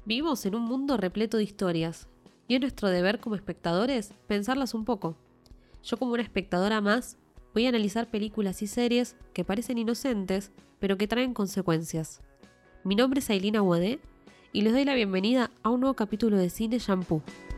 Vivimos en un mundo repleto de historias, y es nuestro deber como espectadores pensarlas un poco. Yo como una espectadora más voy a analizar películas y series que parecen inocentes, pero que traen consecuencias. Mi nombre es Ailina Guadé y les doy la bienvenida a un nuevo capítulo de Cine Shampoo.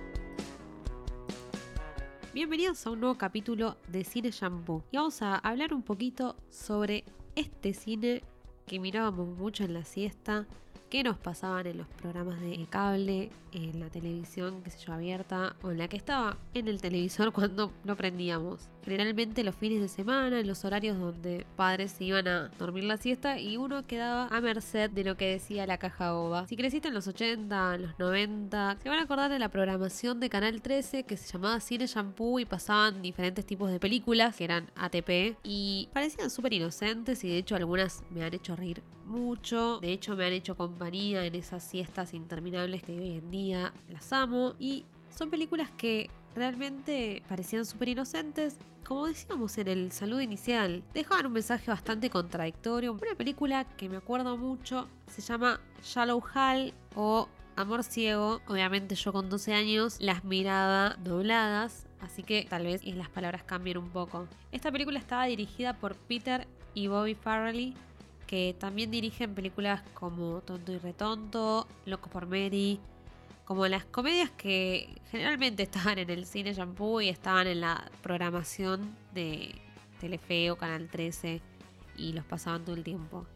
Bienvenidos a un nuevo capítulo de Cine Shampoo y vamos a hablar un poquito sobre este cine que mirábamos mucho en la siesta, que nos pasaban en los programas de cable, en la televisión, qué sé yo, abierta, o en la que estaba en el televisor cuando lo prendíamos. Generalmente los fines de semana, en los horarios donde padres se iban a dormir la siesta y uno quedaba a merced de lo que decía la caja boba. Si creciste en los 80, en los 90, se van a acordar de la programación de Canal 13 que se llamaba Cine Shampoo y pasaban diferentes tipos de películas que eran ATP y parecían súper inocentes y de hecho algunas me han hecho reír mucho. De hecho me han hecho compañía en esas siestas interminables que hoy en día las amo y son películas que realmente parecían súper inocentes. Como decíamos en el saludo inicial, dejaban un mensaje bastante contradictorio. Una película que me acuerdo mucho se llama Shallow Hal o Amor Ciego. Obviamente yo con 12 años las miraba dobladas, así que tal vez las palabras cambien un poco. Esta película estaba dirigida por Peter y Bobby Farrelly, que también dirigen películas como Tonto y Retonto, Loco por Mary, como las comedias que generalmente estaban en el Cine Shampoo y estaban en la programación de Telefe o Canal 13 y los pasaban todo el tiempo.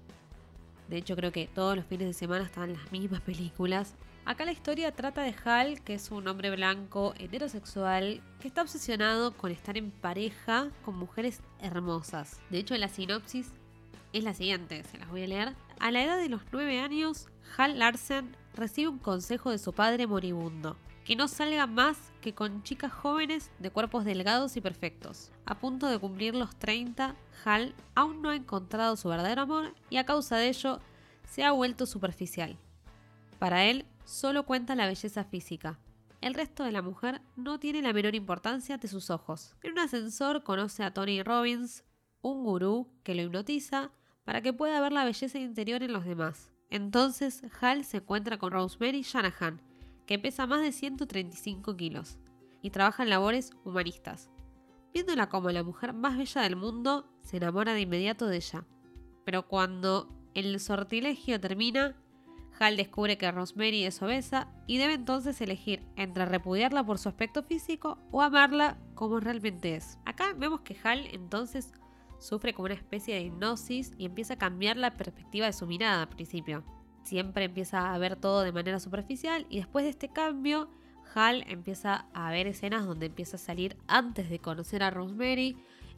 De hecho creo que todos los fines de semana estaban las mismas películas. Acá la historia trata de Hal, que es un hombre blanco heterosexual que está obsesionado con estar en pareja con mujeres hermosas. De hecho la sinopsis es la siguiente, se las voy a leer. A la edad de los 9 años, Hal Larsen recibe un consejo de su padre moribundo: que no salga más que con chicas jóvenes de cuerpos delgados y perfectos. A punto de cumplir los 30, Hal aún no ha encontrado su verdadero amor y a causa de ello se ha vuelto superficial. Para él, solo cuenta la belleza física. El resto de la mujer no tiene la menor importancia ante sus ojos. En un ascensor conoce a Tony Robbins, un gurú que lo hipnotiza para que pueda ver la belleza interior en los demás. Entonces Hal se encuentra con Rosemary Shanahan, que pesa más de 135 kilos y trabaja en labores humanistas. Viéndola como la mujer más bella del mundo, se enamora de inmediato de ella. Pero cuando el sortilegio termina, Hal descubre que Rosemary es obesa y debe entonces elegir entre repudiarla por su aspecto físico o amarla como realmente es. Acá vemos que Hal entonces sufre como una especie de hipnosis y empieza a cambiar la perspectiva de su mirada al principio. Siempre empieza a ver todo de manera superficial y después de este cambio, Hal empieza a ver escenas donde empieza a salir antes de conocer a Rosemary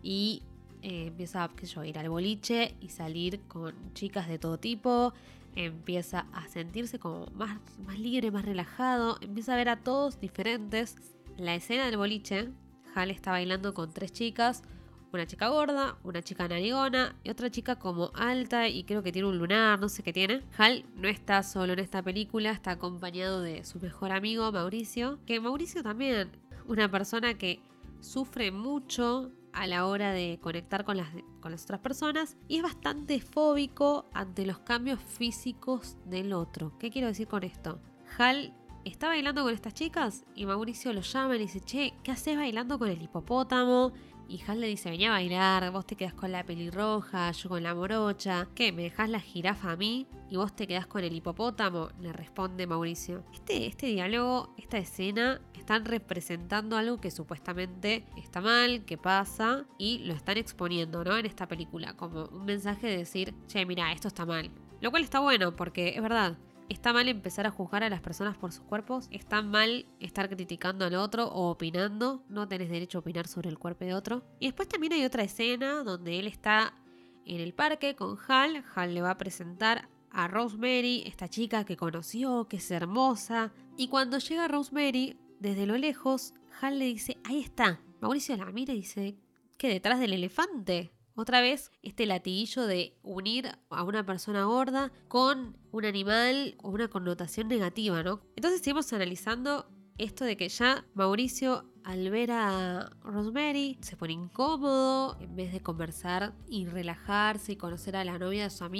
y empieza a ir al boliche y salir con chicas de todo tipo. Empieza a sentirse como más libre, más relajado. Empieza a ver a todos diferentes. La escena del boliche, Hal está bailando con 3 chicas. Una chica gorda, una chica narigona y otra chica como alta y creo que tiene un lunar, no sé qué tiene. Hal no está solo en esta película, está acompañado de su mejor amigo Mauricio, que Mauricio también, una persona que sufre mucho a la hora de conectar con las otras personas y es bastante fóbico ante los cambios físicos del otro. ¿Qué quiero decir con esto? Hal está bailando con estas chicas y Mauricio lo llama y le dice: che, ¿qué haces bailando con el hipopótamo? Y Hal le dice: vení a bailar, vos te quedás con la pelirroja, yo con la morocha. ¿Qué, me dejás la jirafa a mí y vos te quedás con el hipopótamo? Le responde Mauricio. Este diálogo, esta escena, están representando algo que supuestamente está mal, que pasa, y lo están exponiendo, ¿no? En esta película, como un mensaje de decir: che, mira, esto está mal. Lo cual está bueno, porque es verdad. Está mal empezar a juzgar a las personas por sus cuerpos. Está mal estar criticando al otro o opinando. No tenés derecho a opinar sobre el cuerpo de otro. Y después también hay otra escena donde él está en el parque con Hal. Hal le va a presentar a Rosemary, esta chica que conoció, que es hermosa. Y cuando llega Rosemary, desde lo lejos, Hal le dice: ahí está. Mauricio la mira y dice: ¿qué, detrás del elefante? Otra vez este latiguillo de unir a una persona gorda con un animal o una connotación negativa, ¿no? Entonces seguimos analizando esto de que ya Mauricio, al ver a Rosemary, se pone incómodo. En vez de conversar y relajarse y conocer a la novia de su amigo,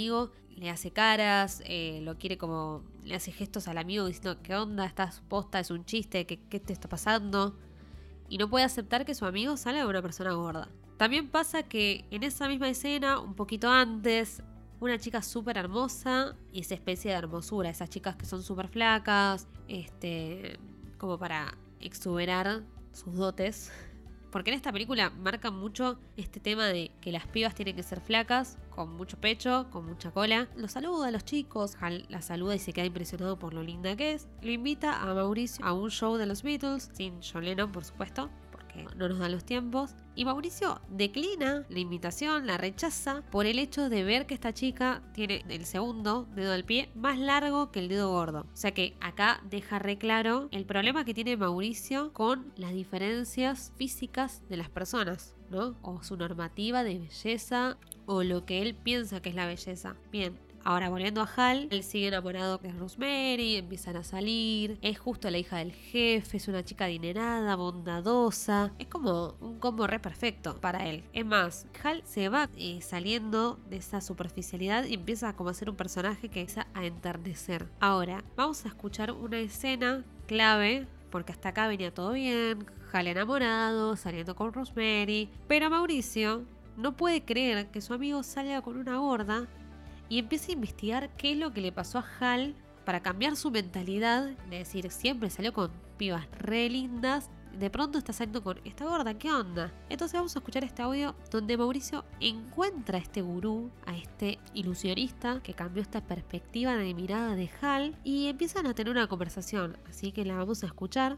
le hace caras, lo quiere como... Le hace gestos al amigo diciendo, ¿qué onda? ¿Estás posta? ¿Es un chiste? ¿Qué te está pasando? Y no puede aceptar que su amigo salga con una persona gorda. También pasa que en esa misma escena, un poquito antes, una chica súper hermosa y esa especie de hermosura, esas chicas que son súper flacas, como para exuberar sus dotes. Porque en esta película marcan mucho este tema de que las pibas tienen que ser flacas, con mucho pecho, con mucha cola. Lo saluda a los chicos, Hal la saluda y se queda impresionado por lo linda que es. Lo invita a Mauricio a un show de los Beatles, sin John Lennon por supuesto, porque no nos dan los tiempos. Y Mauricio declina la invitación, la rechaza por el hecho de ver que esta chica tiene el segundo dedo del pie más largo que el dedo gordo. O sea que acá deja re claro el problema que tiene Mauricio con las diferencias físicas de las personas, ¿no? O su normativa de belleza o lo que él piensa que es la belleza. Bien. Ahora, volviendo a Hal, él sigue enamorado de Rosemary, empiezan a salir, es justo la hija del jefe, es una chica adinerada, bondadosa, es como un combo re perfecto para él. Es más, Hal se va saliendo de esa superficialidad y empieza como a ser un personaje que empieza a enternecer. Ahora, vamos a escuchar una escena clave, porque hasta acá venía todo bien, Hal enamorado, saliendo con Rosemary, pero Mauricio no puede creer que su amigo salga con una gorda y empieza a investigar qué es lo que le pasó a Hal para cambiar su mentalidad de decir, siempre salió con pibas re lindas, de pronto está saliendo con esta gorda, ¿qué onda? Entonces vamos a escuchar este audio donde Mauricio encuentra a este gurú, a este ilusionista que cambió esta perspectiva de mirada de Hal y empiezan a tener una conversación, así que la vamos a escuchar.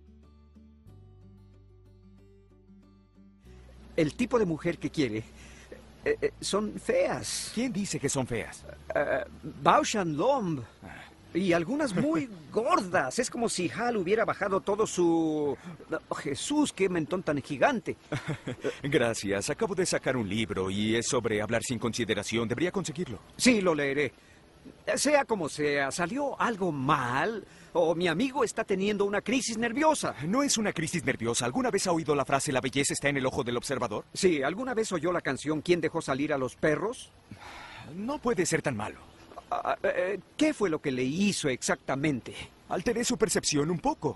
El tipo de mujer que quiere son feas. ¿Quién dice que son feas? Bausch and Lomb. Y algunas muy gordas. Es como si Hal hubiera bajado todo su... Oh, Jesús, qué mentón tan gigante. Gracias. Acabo de sacar un libro y es sobre hablar sin consideración. Debería conseguirlo. Sí, lo leeré. Sea como sea, ¿salió algo mal? ¿O mi amigo está teniendo una crisis nerviosa? No es una crisis nerviosa. ¿Alguna vez ha oído la frase la belleza está en el ojo del observador? Sí, ¿alguna vez oyó la canción ¿Quién dejó salir a los perros? No puede ser tan malo. ¿Qué fue lo que le hizo exactamente? Alteré su percepción un poco.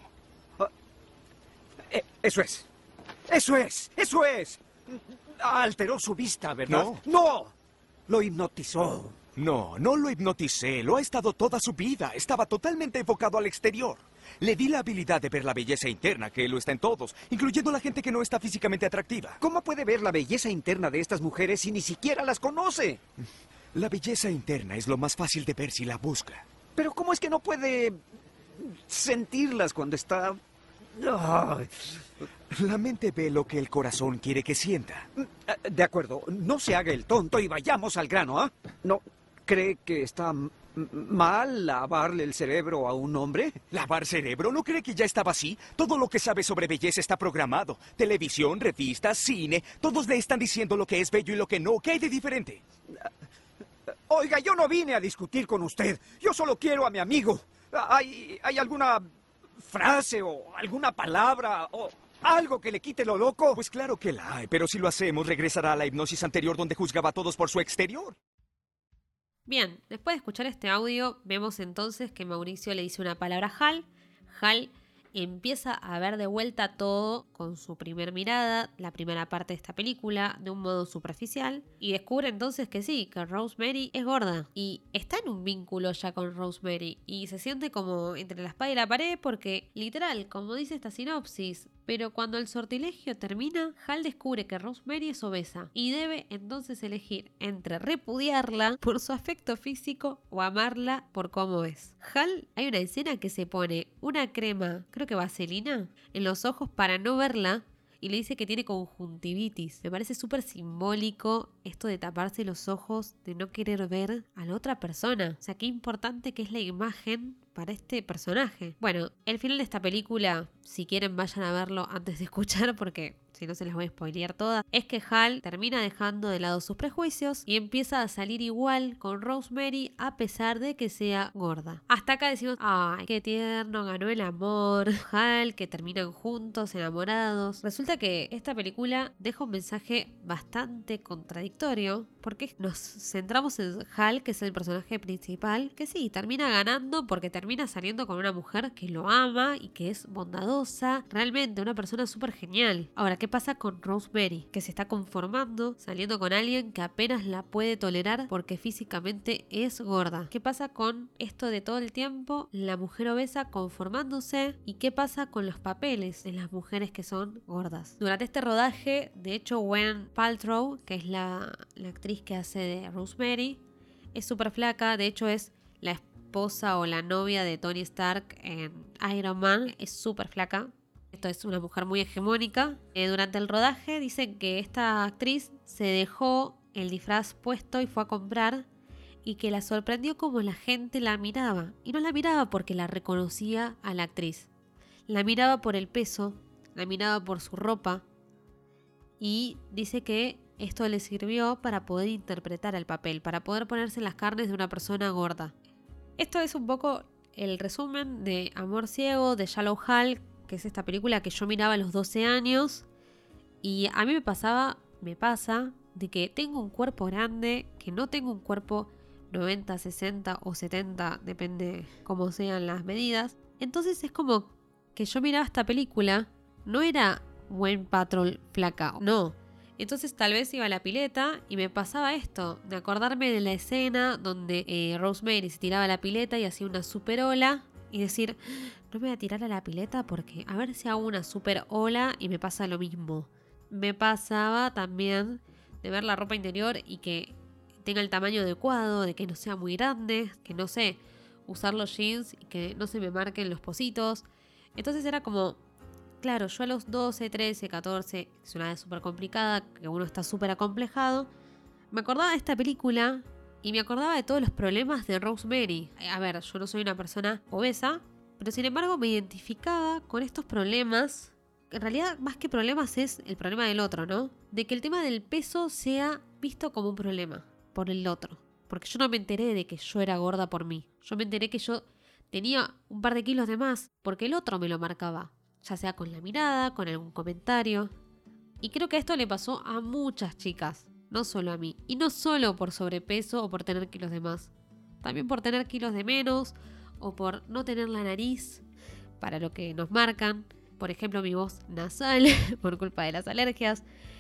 Eso es. ¡Eso es! ¡Eso es! Alteró su vista, ¿verdad? No. ¡No! Lo hipnotizó. No lo hipnoticé. Lo ha estado toda su vida. Estaba totalmente enfocado al exterior. Le di la habilidad de ver la belleza interna, que lo está en todos, incluyendo la gente que no está físicamente atractiva. ¿Cómo puede ver la belleza interna de estas mujeres si ni siquiera las conoce? La belleza interna es lo más fácil de ver si la busca. Pero ¿cómo es que no puede sentirlas cuando está... Ay. La mente ve lo que el corazón quiere que sienta. De acuerdo, no se haga el tonto y vayamos al grano, ¿ah? ¿No cree que está mal lavarle el cerebro a un hombre? ¿Lavar cerebro? ¿No cree que ya estaba así? Todo lo que sabe sobre belleza está programado. Televisión, revistas, cine, todos le están diciendo lo que es bello y lo que no. ¿Qué hay de diferente? Oiga, yo no vine a discutir con usted. Yo solo quiero a mi amigo. ¿Hay alguna frase o alguna palabra o algo que le quite lo loco? Pues claro que la hay, pero si lo hacemos, regresará a la hipnosis anterior donde juzgaba a todos por su exterior. Bien, después de escuchar este audio, vemos entonces que Mauricio le dice una palabra a Hal. Hal empieza a ver de vuelta todo con su primer mirada, la primera parte de esta película, de un modo superficial, y descubre entonces que sí, que Rosemary es gorda, y está en un vínculo ya con Rosemary, y se siente como entre la espada y la pared porque, literal, como dice esta sinopsis, pero cuando el sortilegio termina, Hal descubre que Rosemary es obesa, y debe entonces elegir entre repudiarla por su aspecto físico o amarla por cómo es. Hal, hay una escena que se pone una crema, creo que vaselina, en los ojos para no verla y le dice que tiene conjuntivitis. Me parece súper simbólico esto de taparse los ojos, de no querer ver a la otra persona. O sea, qué importante que es la imagen para este personaje. Bueno, el final de esta película, si quieren vayan a verlo antes de escuchar porque si no se las voy a spoilear todas, es que Hal termina dejando de lado sus prejuicios y empieza a salir igual con Rosemary a pesar de que sea gorda. Hasta acá decimos, ay, qué tierno, ganó el amor. Hal, que terminan juntos, enamorados. Resulta que esta película deja un mensaje bastante contradictorio porque nos centramos en Hal, que es el personaje principal, que sí, termina ganando porque termina saliendo con una mujer que lo ama y que es bondadosa, realmente una persona súper genial. Ahora, ¿qué pasa con Rosemary? Que se está conformando saliendo con alguien que apenas la puede tolerar porque físicamente es gorda. ¿Qué pasa con esto de todo el tiempo? La mujer obesa conformándose. ¿Y qué pasa con los papeles de las mujeres que son gordas? Durante este rodaje, de hecho, Gwyneth Paltrow, que es la actriz que hace de Rosemary, es súper flaca. De hecho, es la esposa o la novia de Tony Stark en Iron Man. Es súper flaca. Esto es una mujer muy hegemónica. Durante el rodaje dicen que esta actriz se dejó el disfraz puesto y fue a comprar, y que la sorprendió como la gente la miraba. Y no la miraba porque la reconocía a la actriz. La miraba por el peso, la miraba por su ropa, y dice que esto le sirvió para poder interpretar el papel, para poder ponerse en las carnes de una persona gorda. Esto es un poco el resumen de Amor Ciego, de Shallow Hal, que es esta película que yo miraba a los 12 años. Y a mí me pasa de que tengo un cuerpo grande, que no tengo un cuerpo 90, 60 o 70, depende cómo sean las medidas. Entonces es como que yo miraba esta película, no era Gwyneth Paltrow flaca, no. Entonces tal vez iba a la pileta y me pasaba esto, de acordarme de la escena donde Rosemary se tiraba a la pileta y hacía una super ola y decir, no me voy a tirar a la pileta porque a ver si hago una super ola y me pasa lo mismo. Me pasaba también de ver la ropa interior y que tenga el tamaño adecuado, de que no sea muy grande, que no sé, usar los jeans y que no se me marquen los pocitos. Entonces era como, claro, yo a los 12, 13, 14, es una edad súper complicada, que uno está súper acomplejado, me acordaba de esta película y me acordaba de todos los problemas de Rosemary. A ver, yo no soy una persona obesa, pero sin embargo me identificaba con estos problemas. En realidad, más que problemas, es el problema del otro, ¿no? De que el tema del peso sea visto como un problema por el otro. Porque yo no me enteré de que yo era gorda por mí. Yo me enteré que yo tenía un par de kilos de más porque el otro me lo marcaba. Ya sea con la mirada, con algún comentario. Y creo que esto le pasó a muchas chicas, no solo a mí. Y no solo por sobrepeso o por tener kilos de más. También por tener kilos de menos o por no tener la nariz para lo que nos marcan. Por ejemplo, mi voz nasal por culpa de las alergias.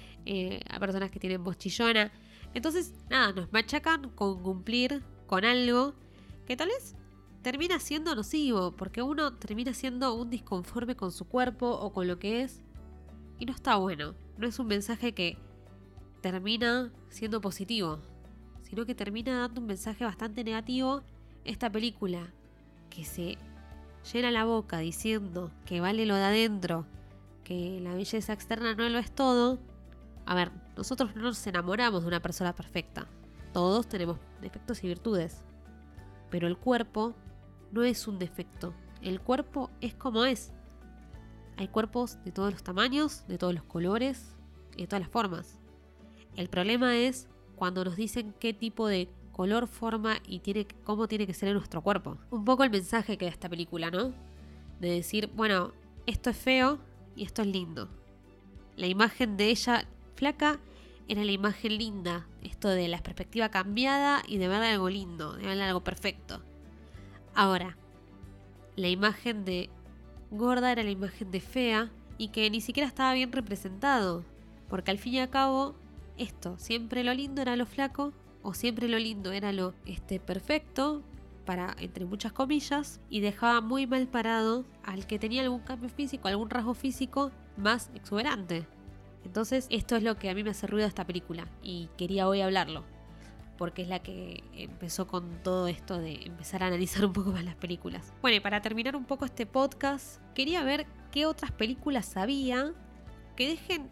A personas que tienen voz chillona. Entonces, nada, nos machacan con cumplir con algo que tal vez termina siendo nocivo, porque uno termina siendo un disconforme con su cuerpo o con lo que es, y no está bueno. No es un mensaje que termina siendo positivo, sino que termina dando un mensaje bastante negativo. Esta película que se llena la boca diciendo que vale lo de adentro, que la belleza externa no lo es todo. A ver, nosotros no nos enamoramos de una persona perfecta. Todos tenemos defectos y virtudes. Pero el cuerpo no es un defecto. El cuerpo es como es. Hay cuerpos de todos los tamaños, de todos los colores y de todas las formas. El problema es cuando nos dicen qué tipo de color, forma y cómo tiene que ser nuestro cuerpo. Un poco el mensaje que da esta película, ¿no? De decir, bueno, esto es feo y esto es lindo. La imagen de ella flaca era la imagen linda. Esto de la perspectiva cambiada y de ver algo lindo, de ver algo perfecto. Ahora, la imagen de gorda era la imagen de fea y que ni siquiera estaba bien representado. Porque al fin y al cabo, siempre lo lindo era lo flaco, o siempre lo lindo era lo perfecto, para entre muchas comillas, y dejaba muy mal parado al que tenía algún cambio físico, algún rasgo físico más exuberante. Entonces esto es lo que a mí me hace ruido de esta película y quería hoy hablarlo, porque es la que empezó con todo esto de empezar a analizar un poco más las películas. Bueno, y para terminar un poco este podcast, quería ver qué otras películas había que dejen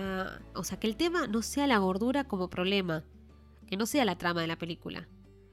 que el tema no sea la gordura como problema, que no sea la trama de la película.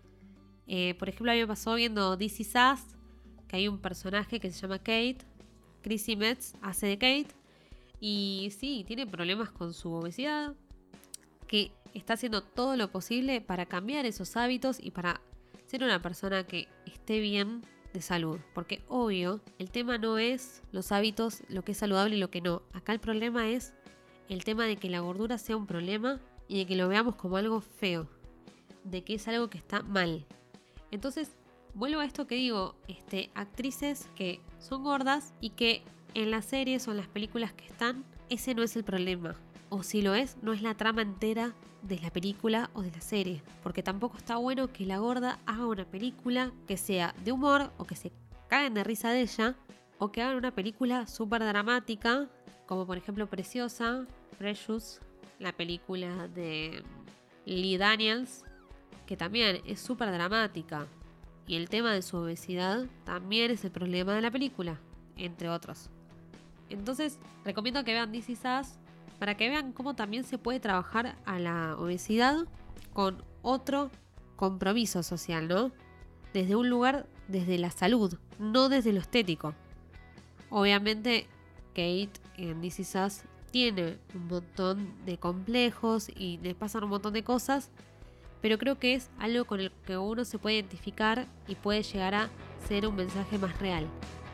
Por ejemplo, a mí me pasó viendo This Is Us, que hay un personaje que se llama Kate, Chrissy Metz hace de Kate, Y sí, tiene problemas con su obesidad, que está haciendo todo lo posible para cambiar esos hábitos y para ser una persona que esté bien de salud. Porque obvio, el tema no es los hábitos, lo que es saludable y lo que no. Acá el problema es el tema de que la gordura sea un problema y de que lo veamos como algo feo, de que es algo que está mal. Entonces, vuelvo a esto que digo, actrices que son gordas y que en las series o en las películas que están, ese no es el problema. O si lo es, no es la trama entera de la película o de la serie. Porque tampoco está bueno que la gorda haga una película que sea de humor o que se caguen de risa de ella, o que hagan una película súper dramática, como por ejemplo Precious, la película de Lee Daniels, que también es súper dramática. Y el tema de su obesidad también es el problema de la película, entre otros. Entonces, recomiendo que vean This Is Us para que vean cómo también se puede trabajar a la obesidad con otro compromiso social, ¿no? Desde un lugar, desde la salud, no desde lo estético. Obviamente, Kate en This Is Us tiene un montón de complejos y le pasan un montón de cosas, pero creo que es algo con el que uno se puede identificar y puede llegar a ser un mensaje más real.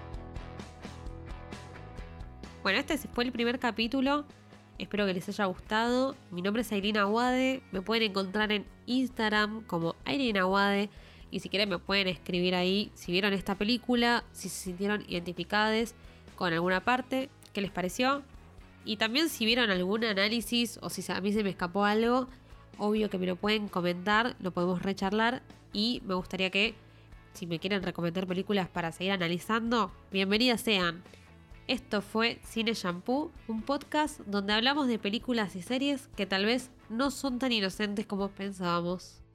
Bueno, este fue el primer capítulo. Espero que les haya gustado. Mi nombre es Irene Aguade. Me pueden encontrar en Instagram como Irene Aguade. Y si quieren me pueden escribir ahí si vieron esta película, si se sintieron identificados con alguna parte, qué les pareció. Y también si vieron algún análisis o si a mí se me escapó algo, obvio que me lo pueden comentar, lo podemos recharlar. Y me gustaría que, si me quieren recomendar películas para seguir analizando, bienvenidas sean. Esto fue Cine Shampoo, un podcast donde hablamos de películas y series que tal vez no son tan inocentes como pensábamos.